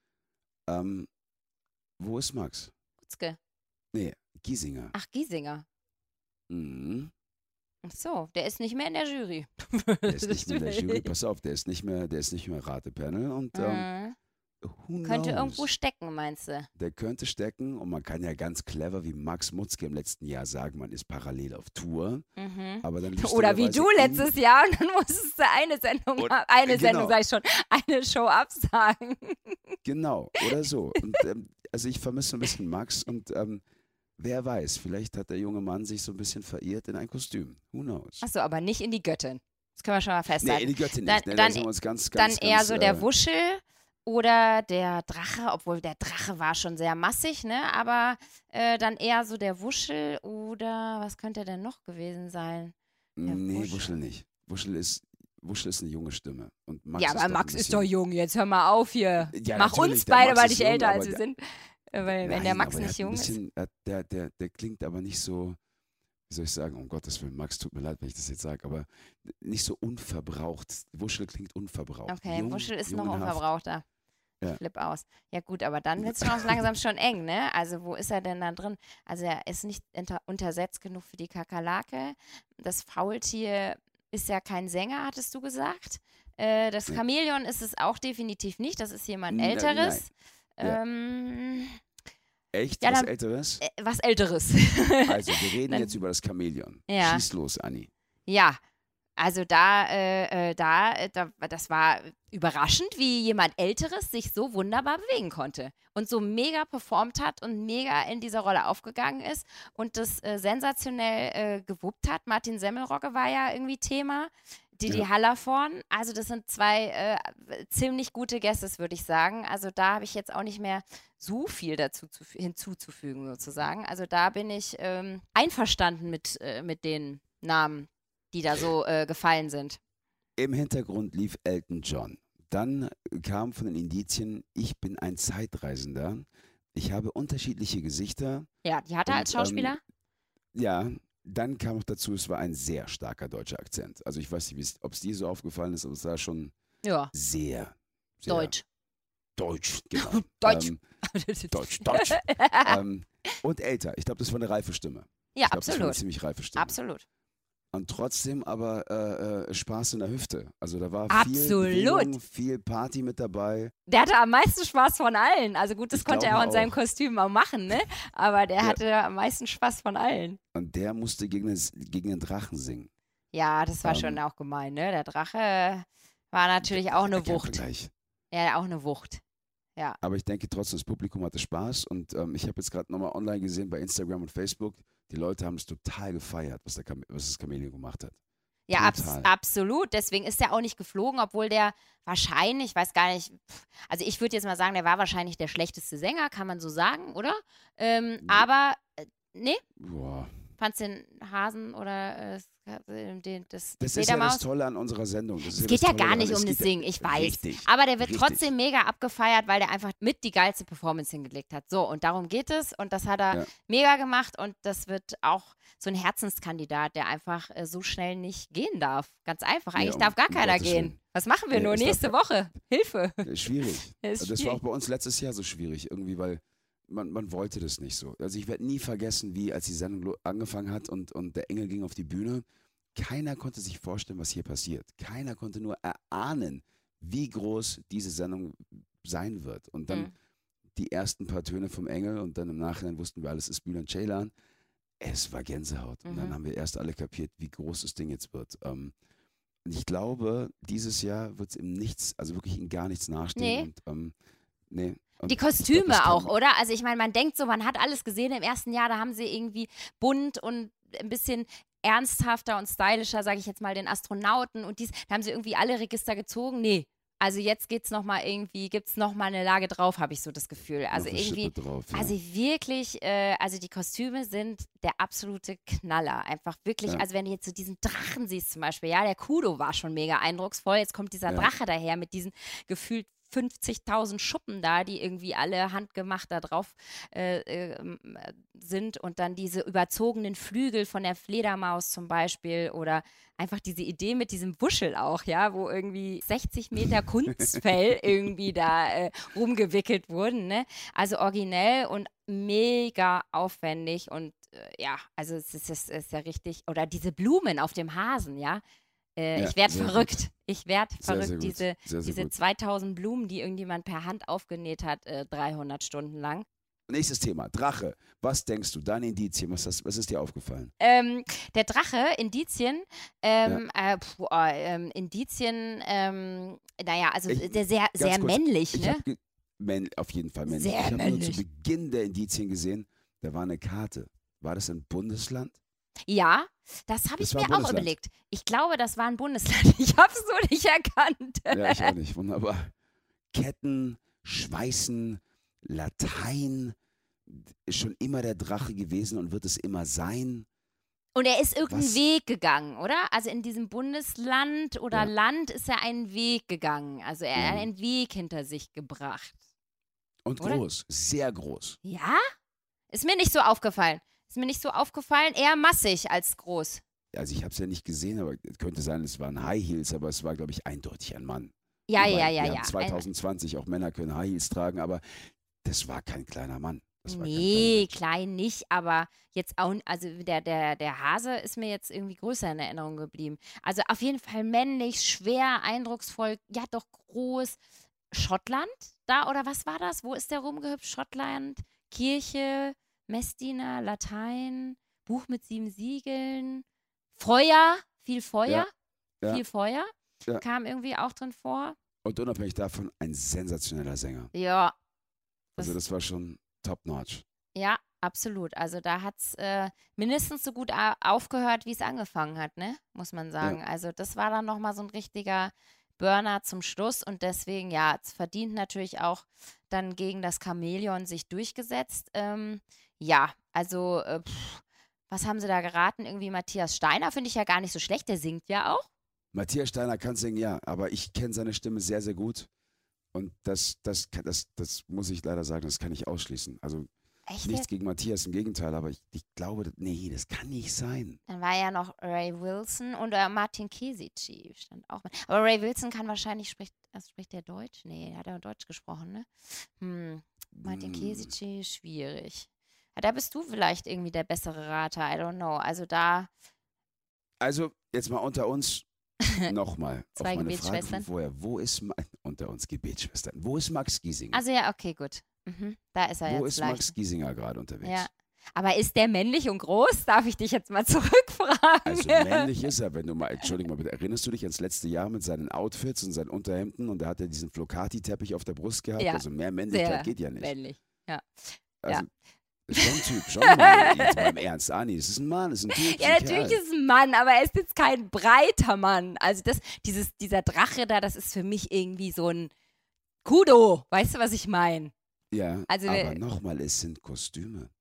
Wo ist Max? Gutzke. Nee, Giesinger. Ach, Giesinger. Mhm. Ach so, der ist nicht mehr in der Jury. Der ist nicht mehr in der Jury. Pass auf, der ist nicht mehr Ratepanel und who Könnte knows? irgendwo stecken, meinst du? Der könnte stecken und man kann ja ganz clever wie Max Mutzke im letzten Jahr sagen, man ist parallel auf Tour. Mhm. Aber dann Oder wie du letztes Jahr und dann musstest du eine Sendung, Sendung, sag ich schon, eine Show absagen. Genau, oder so. Und also ich vermisse ein bisschen Max und wer weiß, vielleicht hat der junge Mann sich so ein bisschen verirrt in ein Kostüm. Who knows? Achso, aber nicht in die Göttin. Das können wir schon mal Nee, festhalten. in die Göttin Dann- nicht. Ne, dann- da sind wir uns ganz Dann eher so der Wusch. Wuschel Oder der Drache, obwohl der Drache war schon sehr massig, ne? Aber dann eher so der Wuschel oder was könnte denn noch gewesen sein? Der Nee, Wuschel nicht. Wuschel ist eine junge Stimme. Und Max Ja, ist aber doch Max ein ist doch bisschen, jung, jetzt hör mal auf hier. ja, Mach natürlich, uns der beide Max mal ist nicht jung, älter, aber als wir sind. Weil wenn der nein, Max aber nicht jung ist. der klingt aber nicht so, wie soll ich sagen, um Gottes Willen, Max, tut mir leid, wenn ich das jetzt sage, aber nicht so unverbraucht. Wuschel klingt unverbraucht. Okay, Jung, Wuschel ist noch jungenhaft. unverbrauchter. Ja. Flip aus. Ja gut, aber dann wird es schon langsam schon eng, ne? Also wo ist er denn da drin? Also er ist nicht untersetzt genug für die Kakerlake. Das Faultier ist ja kein Sänger, hattest du gesagt. Das Nee. Chamäleon ist es auch definitiv nicht. Das ist jemand Nein. Älteres. Ja. Ähm, Echt? Ja, Was dann- Älteres? Was Älteres. Also, wir reden Dann- jetzt über das Chamäleon. Ja. Schieß los, Anni. Ja, also das war überraschend, wie jemand Älteres sich so wunderbar bewegen konnte und so mega performt hat und mega in dieser Rolle aufgegangen ist und das sensationell gewuppt hat. Martin Semmelrogge war ja irgendwie Thema. Didi Ja. Hallervorden, also das sind zwei ziemlich gute Guesses, würde ich sagen. Also da habe ich jetzt auch nicht mehr so viel dazu hinzuzufügen, sozusagen. Also da bin ich einverstanden mit den Namen, die da so gefallen sind. Im Hintergrund lief Elton John. Dann kam von den Indizien, ich bin ein Zeitreisender. Ich habe unterschiedliche Gesichter. Ja, die hat er Und, als Schauspieler. Ja, dann kam noch dazu, es war ein sehr starker deutscher Akzent. Also ich weiß nicht, ob es dir so aufgefallen ist, aber es war schon Ja, sehr Deutsch. Deutsch, genau. Deutsch. Deutsch. Und älter. Ich glaube, das war eine reife Stimme. Ja, Ich glaube, das war eine absolut. ziemlich reife Stimme. Absolut. Und trotzdem aber Spaß in der Hüfte. Also da war viel Absolut. Bewegung, viel Party mit dabei. Der hatte am meisten Spaß von allen. Also gut, das Ich konnte er glaube auch in seinem auch. Kostüm auch machen, ne? Aber der Ja. hatte am meisten Spaß von allen. Und der musste gegen den Drachen singen. Ja, das war schon auch gemein, ne? Der Drache war natürlich auch eine Kein Wucht. Vergleich. Ja, auch eine Wucht. Ja. Aber ich denke trotzdem, das Publikum hatte Spaß. Und ich habe jetzt gerade nochmal online gesehen bei Instagram und Facebook, die Leute haben es total gefeiert, was das Chamäleon gemacht hat. Ja, Total. absolut. Deswegen ist er auch nicht geflogen, obwohl der wahrscheinlich, ich weiß gar nicht, also ich würde jetzt mal sagen, der war wahrscheinlich der schlechteste Sänger, kann man so sagen, oder? Aber, nee, Boah. fandst du den Hasen oder das Das ist ja Fledermaus? das Tolle an unserer Sendung. Es geht ja gar nicht um das Singen, ich weiß. Richtig, Aber der wird richtig. trotzdem mega abgefeiert, weil der einfach mit die geilste Performance hingelegt hat. So, und darum geht es. Und das hat er Ja. mega gemacht. Und das wird auch so ein Herzenskandidat, der einfach so schnell nicht gehen darf. Ganz einfach. Nee, Eigentlich um- darf gar um keiner Gottes gehen. Willen. Was machen wir Nee, nur es darf- nächste Woche? Hilfe. Schwierig. Ja, ist Das war auch schwierig. bei uns letztes Jahr so schwierig, irgendwie, weil man wollte das nicht so. Also ich werde nie vergessen, wie als die Sendung angefangen hat und der Engel ging auf die Bühne, keiner konnte sich vorstellen, was hier passiert. Keiner konnte nur erahnen, wie groß diese Sendung sein wird. Und dann Mhm. die ersten paar Töne vom Engel und dann im Nachhinein wussten wir, alles ist Bülent Ceylan. Es war Gänsehaut. Und dann Mhm. haben wir erst alle kapiert, wie groß das Ding jetzt wird. Und ich glaube, dieses Jahr wird es im Nichts, also wirklich in gar nichts nachstehen. Nee. Und, nee. Und Die ich glaub, Kostüme das kann- auch, oder? Also ich meine, man denkt so, man hat alles gesehen im ersten Jahr, da haben sie irgendwie bunt und ein bisschen ernsthafter und stylischer, sage ich jetzt mal, den Astronauten und da haben sie irgendwie alle Register gezogen. Nee, also jetzt gibt's noch mal eine Lage drauf, habe ich so das Gefühl. noch Also eine irgendwie, Schippe drauf, ja. also wirklich, also die Kostüme sind der absolute Knaller. Einfach wirklich, Ja. also wenn du jetzt so diesen Drachen siehst zum Beispiel, ja, der Kudo war schon mega eindrucksvoll, jetzt kommt dieser Ja. Drache daher mit diesen gefühlt 50.000 Schuppen da, die irgendwie alle handgemacht da drauf sind und dann diese überzogenen Flügel von der Fledermaus zum Beispiel oder einfach diese Idee mit diesem Wuschel auch, ja, wo irgendwie 60 Meter Kunstfell irgendwie da rumgewickelt wurden, ne? Also originell und mega aufwendig und ja, also es ist ja richtig, oder diese Blumen auf dem Hasen, ja. Ja, Ich werde sehr verrückt. gut. Ich werde Sehr, verrückt. sehr gut. Diese, Sehr, sehr diese gut. 2000 Blumen, die irgendjemand per Hand aufgenäht hat, 300 Stunden lang. Nächstes Thema, Drache. Was denkst du? Deine Indizien, was ist dir aufgefallen? Der Drache, Indizien, Indizien, naja, also Ich- der sehr, ganz sehr kurz, männlich, Ich ne? habe auf jeden Fall männlich. Sehr Ich habe nur männlich. zu Beginn der Indizien gesehen, da war eine Karte. War das ein Bundesland? Ja, das habe ich Das war mir ein auch Bundesland. überlegt. Ich glaube, das war ein Bundesland. Ich habe es nur nicht erkannt. Ja, ich auch nicht. Wunderbar. Ketten, Schweißen, Latein, ist schon immer der Drache gewesen und wird es immer sein. Und er ist irgendeinen Was? Weg gegangen, oder? Also in diesem Bundesland oder Ja. Land ist er einen Weg gegangen. Also er hat Mhm. einen Weg hinter sich gebracht. Und Oder? groß, sehr groß. Ja? Ist mir nicht so aufgefallen. Eher massig als groß. Also ich habe es ja nicht gesehen, aber es könnte sein, es waren High Heels, aber es war, glaube ich, eindeutig ein Mann. Ja, Wobei, ja, ja, wir ja. haben 2020, auch Männer können High Heels tragen, aber das war kein kleiner Mann. Das war kein kleiner Nee, Mensch. klein nicht, aber jetzt auch, also der Hase ist mir jetzt irgendwie größer in Erinnerung geblieben. Also auf jeden Fall männlich, schwer, eindrucksvoll, ja doch groß. Schottland da oder was war das? Wo ist der rumgehüpft? Schottland, Kirche, Messdiener, Latein, Buch mit 7 Siegeln, Feuer, viel Feuer, Ja. viel Feuer, Ja. kam irgendwie auch drin vor. Und unabhängig davon ein sensationeller Sänger. Ja, Also das war schon top-notch. ja, absolut. Also da hat es mindestens so gut aufgehört, wie es angefangen hat, ne? Muss man sagen. Also das war dann nochmal so ein richtiger Burner zum Schluss und deswegen, ja, es verdient natürlich auch dann gegen das Chamäleon sich durchgesetzt. Ja, also, was haben sie da geraten? Irgendwie Matthias Steiner finde ich ja gar nicht so schlecht, der singt ja auch. Matthias Steiner kann singen, ja, aber ich kenne seine Stimme sehr, sehr gut. Und das muss ich leider sagen, das kann ich ausschließen. Also Echt? nichts gegen Matthias, im Gegenteil, aber ich glaube, nee, das kann nicht sein. Dann war ja noch Ray Wilson und Martin Kesici stand auch mit. Aber Ray Wilson kann wahrscheinlich, spricht der Deutsch? Nee, hat er Deutsch gesprochen, ne? Martin Kesici, schwierig. Ja, da bist du vielleicht irgendwie der bessere Rater, I don't know. Also da, Also jetzt mal unter uns nochmal auf Zwei meine Frage Gebetsschwestern. von vorher. Unter uns Gebetsschwestern, wo ist Max Giesinger? also ja, okay, gut. Da ist er Wo jetzt ist vielleicht. Max Giesinger gerade unterwegs? Ja. Aber ist der männlich und groß? Darf ich dich jetzt mal zurückfragen? Also männlich ist er, wenn du mal, Entschuldigung mal bitte, erinnerst du dich ans letzte Jahr mit seinen Outfits und seinen Unterhemden und da hat er diesen Flocati-Teppich auf der Brust gehabt? Ja, Also mehr Männlichkeit sehr geht ja nicht. männlich. Ja. Also, ist schon ein Typ, schon ein Mann. Jetzt mal im Ernst, Ani, es ist ein Mann, es ist ein Typ. Ja, natürlich ist es ein Mann, aber er ist jetzt kein breiter Mann. Also dieser Drache da, das ist für mich irgendwie so ein Kudo. Weißt du, was ich meine? Ja, Also, aber nochmal, es sind Kostüme.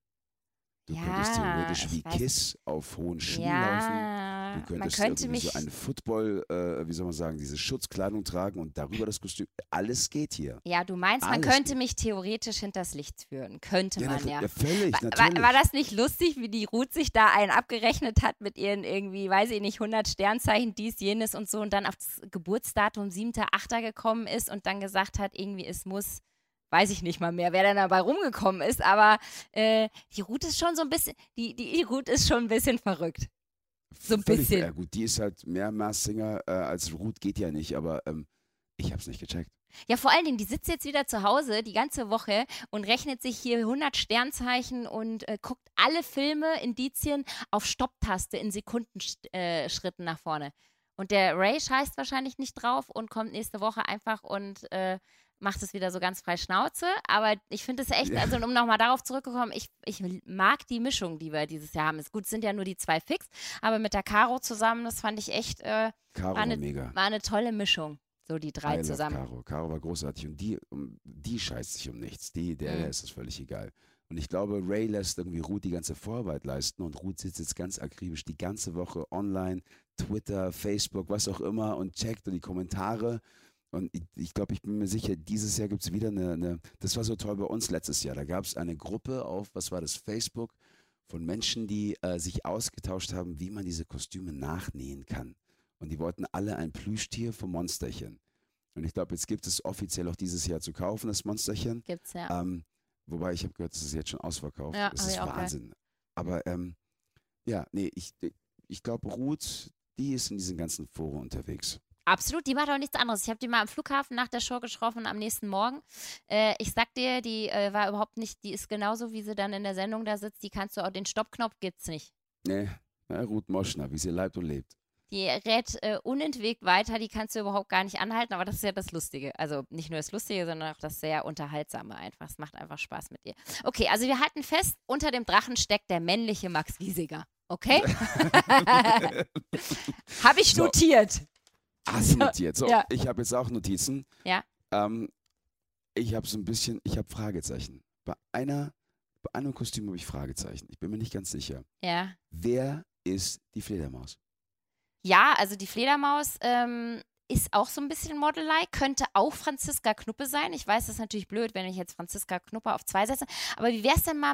Du könntest theoretisch ich wie weiß Kiss auf hohen Schuhen laufen. Ja, Du man könntest könnte irgendwie mich. so eine Football, wie soll man sagen, diese Schutzkleidung tragen und darüber das Kostüm. Alles geht hier. Ja, du meinst, man Alles könnte geht. mich theoretisch hinters Licht führen. Könnte man ja. Ja, völlig, War, natürlich. war das nicht lustig, wie die Ruth sich da einen abgerechnet hat mit ihren irgendwie, weiß ich nicht, 100 Sternzeichen, dies, jenes und so und dann auf das Geburtsdatum 7.8. gekommen ist und dann gesagt hat, irgendwie es muss, weiß ich nicht mal mehr, wer dann dabei rumgekommen ist, aber die Ruth ist schon so ein bisschen, die Ruth ist schon ein bisschen verrückt. So ein Völlig, bisschen. Ja gut, die ist halt mehr Mars-Singer als Ruth, geht ja nicht, aber ich hab's nicht gecheckt. Ja, vor allen Dingen, die sitzt jetzt wieder zu Hause die ganze Woche und rechnet sich hier 100 Sternzeichen und guckt alle Filme, Indizien auf Stopptaste in Sekundenschritten nach vorne. Und der Ray scheißt wahrscheinlich nicht drauf und kommt nächste Woche einfach und macht es wieder so ganz frei Schnauze. Aber ich finde es echt, Ja. also um nochmal darauf zurückzukommen, ich mag die Mischung, die wir dieses Jahr haben. Ist gut, es sind ja nur die 2 fix, aber mit der Caro zusammen, das fand ich echt, Caro war war mega. eine tolle Mischung. So die 3 I love zusammen. Caro. Caro war großartig und die scheißt sich um nichts. Der ist das völlig egal. Und ich glaube, Ray lässt irgendwie Ruth die ganze Vorarbeit leisten und Ruth sitzt jetzt ganz akribisch die ganze Woche online, Twitter, Facebook, was auch immer und checkt und die Kommentare. Und ich glaube, ich bin mir sicher, dieses Jahr gibt es wieder das war so toll bei uns letztes Jahr. Da gab es eine Gruppe auf, was war das, Facebook, von Menschen, die sich ausgetauscht haben, wie man diese Kostüme nachnähen kann. Und die wollten alle ein Plüschtier vom Monsterchen. Und ich glaube, jetzt gibt es offiziell auch dieses Jahr zu kaufen, das Monsterchen. Gibt's ja. Wobei ich habe gehört, das ist jetzt schon ausverkauft. Ja, das hab ist ich auch gehört. Wahnsinn. Aber ja, nee, ich glaube, Ruth, die ist in diesen ganzen Foren unterwegs. Absolut, die macht auch nichts anderes. Ich habe die mal am Flughafen nach der Show getroffen am nächsten Morgen. Ich sag dir, die war überhaupt nicht, die ist genauso, wie sie dann in der Sendung da sitzt, die kannst du auch, den Stoppknopf gibt's nicht. Nee, Ruth Moschner, wie sie lebt und lebt. Die rät unentwegt weiter, die kannst du überhaupt gar nicht anhalten, aber das ist ja das Lustige. Also nicht nur das Lustige, sondern auch das sehr Unterhaltsame einfach. Es macht einfach Spaß mit ihr. Okay, also wir halten fest, unter dem Drachen steckt der männliche Max Giesinger. Okay? Habe ich So. notiert. Hast du notiert? So, Ja. ich habe jetzt auch Notizen. Ja. Ich habe so ein bisschen, ich habe Fragezeichen. Bei einem Kostüm habe ich Fragezeichen. Ich bin mir nicht ganz sicher. Ja. Wer ist die Fledermaus? Ja, also die Fledermaus ist auch so ein bisschen Model-like, könnte auch Franziska Knuppe sein. Ich weiß, das ist natürlich blöd, wenn ich jetzt Franziska Knuppe auf 2 setze. Aber wie wär's denn mal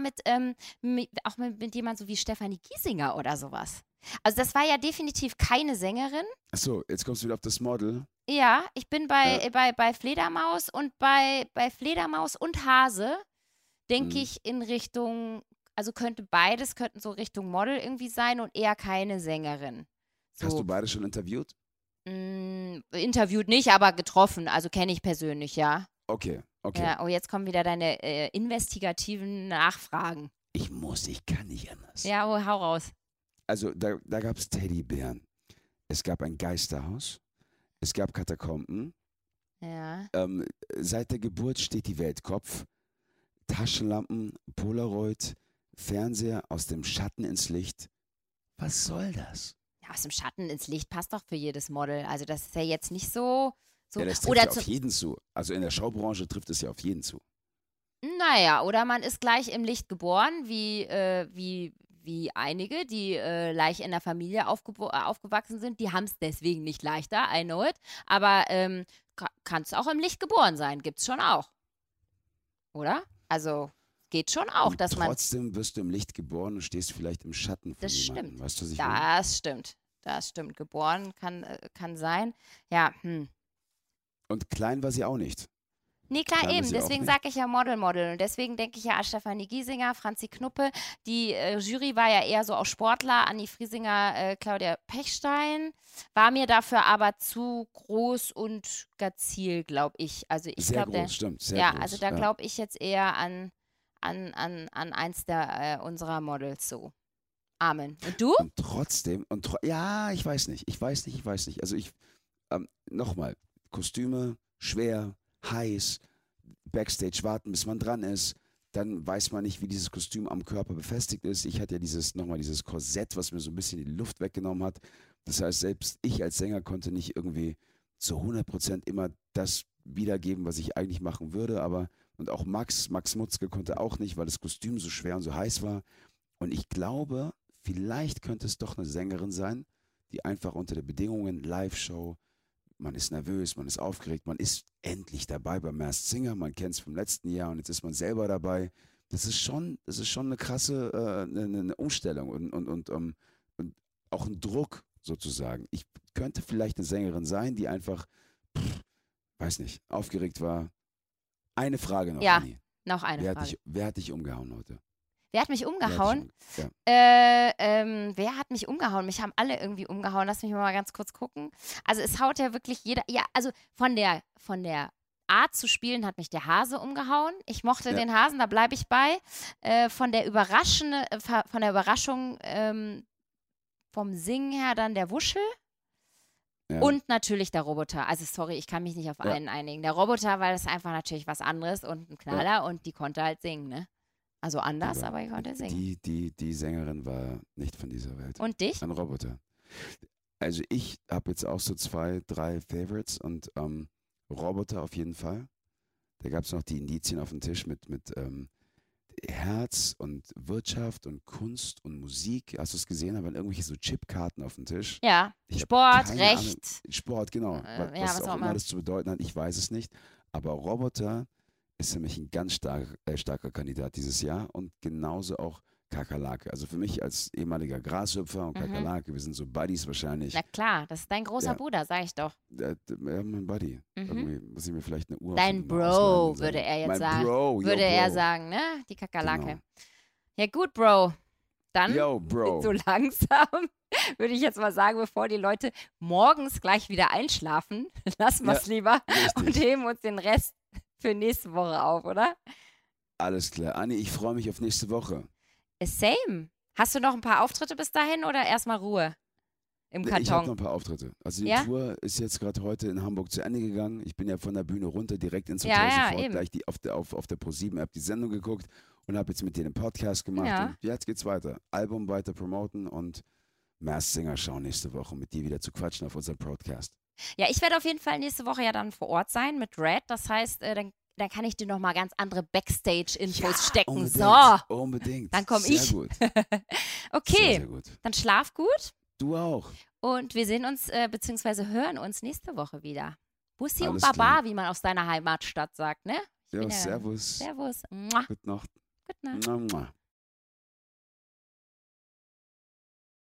mit jemand so wie Stefanie Giesinger oder sowas? Also das war ja definitiv keine Sängerin. Achso, jetzt kommst du wieder auf das Model. Ja, ich bin bei Fledermaus und bei Fledermaus und Hase denke Mhm. ich in Richtung, also könnten so Richtung Model irgendwie sein und eher keine Sängerin. Hast du So. beide schon interviewt? Interviewt nicht, aber getroffen. Also kenne ich persönlich, ja. Okay. Ja, oh, jetzt kommen wieder deine investigativen Nachfragen. Ich kann nicht anders. Ja, oh, hau raus. Also da gab es Teddybären. Es gab ein Geisterhaus. Es gab Katakomben. Ja. Seit der Geburt steht die Welt Kopf. Taschenlampen, Polaroid, Fernseher aus dem Schatten ins Licht. Was soll das? Ja, aus dem Schatten ins Licht passt doch für jedes Model. Also das ist ja jetzt nicht so. Ja, das trifft oder ja auf jeden zu. Also in der Schaubranche trifft es ja auf jeden zu. Naja, oder man ist gleich im Licht geboren, wie einige, die leicht in der Familie aufgewachsen sind. Die haben es deswegen nicht leichter, I know it. Aber kannst auch im Licht geboren sein, gibt's schon auch. Oder? Also geht schon auch, Und dass man. trotzdem wirst du im Licht geboren und stehst vielleicht im Schatten von Das jemandem. stimmt. Weißt du, was ich meine? Das stimmt. Das stimmt. Geboren kann sein. Ja, Und klein war sie auch nicht. Nee, klar, Klein war eben. sie auch Deswegen nicht. sage ich ja Model. Und deswegen denke ich ja an Stefanie Giesinger, Franzi Knuppe. Die Jury war ja eher so auch Sportler. Anni Friesinger, Claudia Pechstein. War mir dafür aber zu groß und gazil, glaube ich. Also ich Sehr glaube, groß, stimmt. Sehr ja, groß. also da glaube ich jetzt eher an eins der unserer Models so. Amen. Und du? Und trotzdem, ja, ich weiß nicht. Also nochmal, Kostüme, schwer, heiß, Backstage warten, bis man dran ist. Dann weiß man nicht, wie dieses Kostüm am Körper befestigt ist. Ich hatte ja dieses Korsett, was mir so ein bisschen die Luft weggenommen hat. Das heißt, selbst ich als Sänger konnte nicht irgendwie zu 100% immer das wiedergeben, was ich eigentlich machen würde. Und auch Max Mutzke konnte auch nicht, weil das Kostüm so schwer und so heiß war. Und ich glaube, vielleicht könnte es doch eine Sängerin sein, die einfach unter den Bedingungen, Live-Show, man ist nervös, man ist aufgeregt, man ist endlich dabei beim Masked Singer, man kennt es vom letzten Jahr und jetzt ist man selber dabei. Das ist schon eine krasse eine Umstellung und auch ein Druck sozusagen. Ich könnte vielleicht eine Sängerin sein, die einfach, weiß nicht, aufgeregt war. Eine Frage noch, Ja, Anni. noch eine Frage. Wer hat dich umgehauen heute? Wer hat mich umgehauen? Ja. Wer hat mich umgehauen? Mich haben alle irgendwie umgehauen. Lass mich mal ganz kurz gucken. Also es haut ja wirklich jeder. Ja, also von der Art zu spielen hat mich der Hase umgehauen. Ich mochte den Hasen, da bleibe ich bei. Von der Überraschung vom Singen her dann der Wuschel. Ja. Und natürlich der Roboter. Also sorry, ich kann mich nicht auf einen einigen. Der Roboter, weil das einfach natürlich was anderes und ein Knaller und die konnte halt singen, ne? Also anders, aber ich konnte singen. Die Sängerin war nicht von dieser Welt. Und dich? Ein Roboter. Also ich habe jetzt auch so 2, 3 Favorites und Roboter auf jeden Fall. Da gab es noch die Indizien auf dem Tisch mit Herz und Wirtschaft und Kunst und Musik. Hast du es gesehen? Da waren irgendwelche so Chipkarten auf dem Tisch. Ja, Ich hab Sport, keine Recht. Ahnung. Sport, genau. was Was auch auch immer immer. das zu bedeuten hat, ich weiß es nicht. Aber Roboter ist für mich ein ganz starker Kandidat dieses Jahr und genauso auch Kakerlake. Also für mich als ehemaliger Grashüpfer und Kakerlake, wir sind so Buddies wahrscheinlich. Na klar, das ist dein großer Ja. Bruder, sag ich doch. Ja, mein Buddy. Irgendwie muss ich mir vielleicht eine Uhr Dein von ihm mal Bro, ausleihen und würde er jetzt mein sagen. Bro, yo, Würde er Bro. sagen, ne? Die Kakerlake. Genau. Ja gut, Bro. Dann Yo, Bro. so langsam würde ich jetzt mal sagen, bevor die Leute morgens gleich wieder einschlafen, lassen wir es lieber und richtig. heben uns den Rest für nächste Woche auf, oder? Alles klar. Anni, ich freue mich auf nächste Woche. Same. Hast du noch ein paar Auftritte bis dahin oder erstmal Ruhe im Ich habe noch Karton? ein paar Auftritte. Also die Ja? Tour ist jetzt gerade heute in Hamburg zu Ende gegangen. Ich bin ja von der Bühne runter, direkt ins Ja, Hotel, ja, sofort eben. gleich auf der ProSieben-App die Sendung geguckt und habe jetzt mit denen einen Podcast gemacht. Ja. Und jetzt geht's weiter. Album weiter promoten und Masked Singer schauen nächste Woche, mit dir wieder zu quatschen auf unserem Podcast. Ja, ich werde auf jeden Fall nächste Woche ja dann vor Ort sein mit Red. Das heißt, dann dann kann ich dir noch mal ganz andere Backstage-Infos stecken. Unbedingt, So, unbedingt. dann komme Sehr ich. Gut. Okay, Sehr, sehr gut. dann schlaf gut Du auch. und wir sehen uns bzw. hören uns nächste Woche wieder. Bussi und Alles Baba, klar. wie man aus deiner Heimatstadt sagt, ne? Ja, servus. Servus. Mua. Gute Nacht. Gute Nacht. Mua, mua.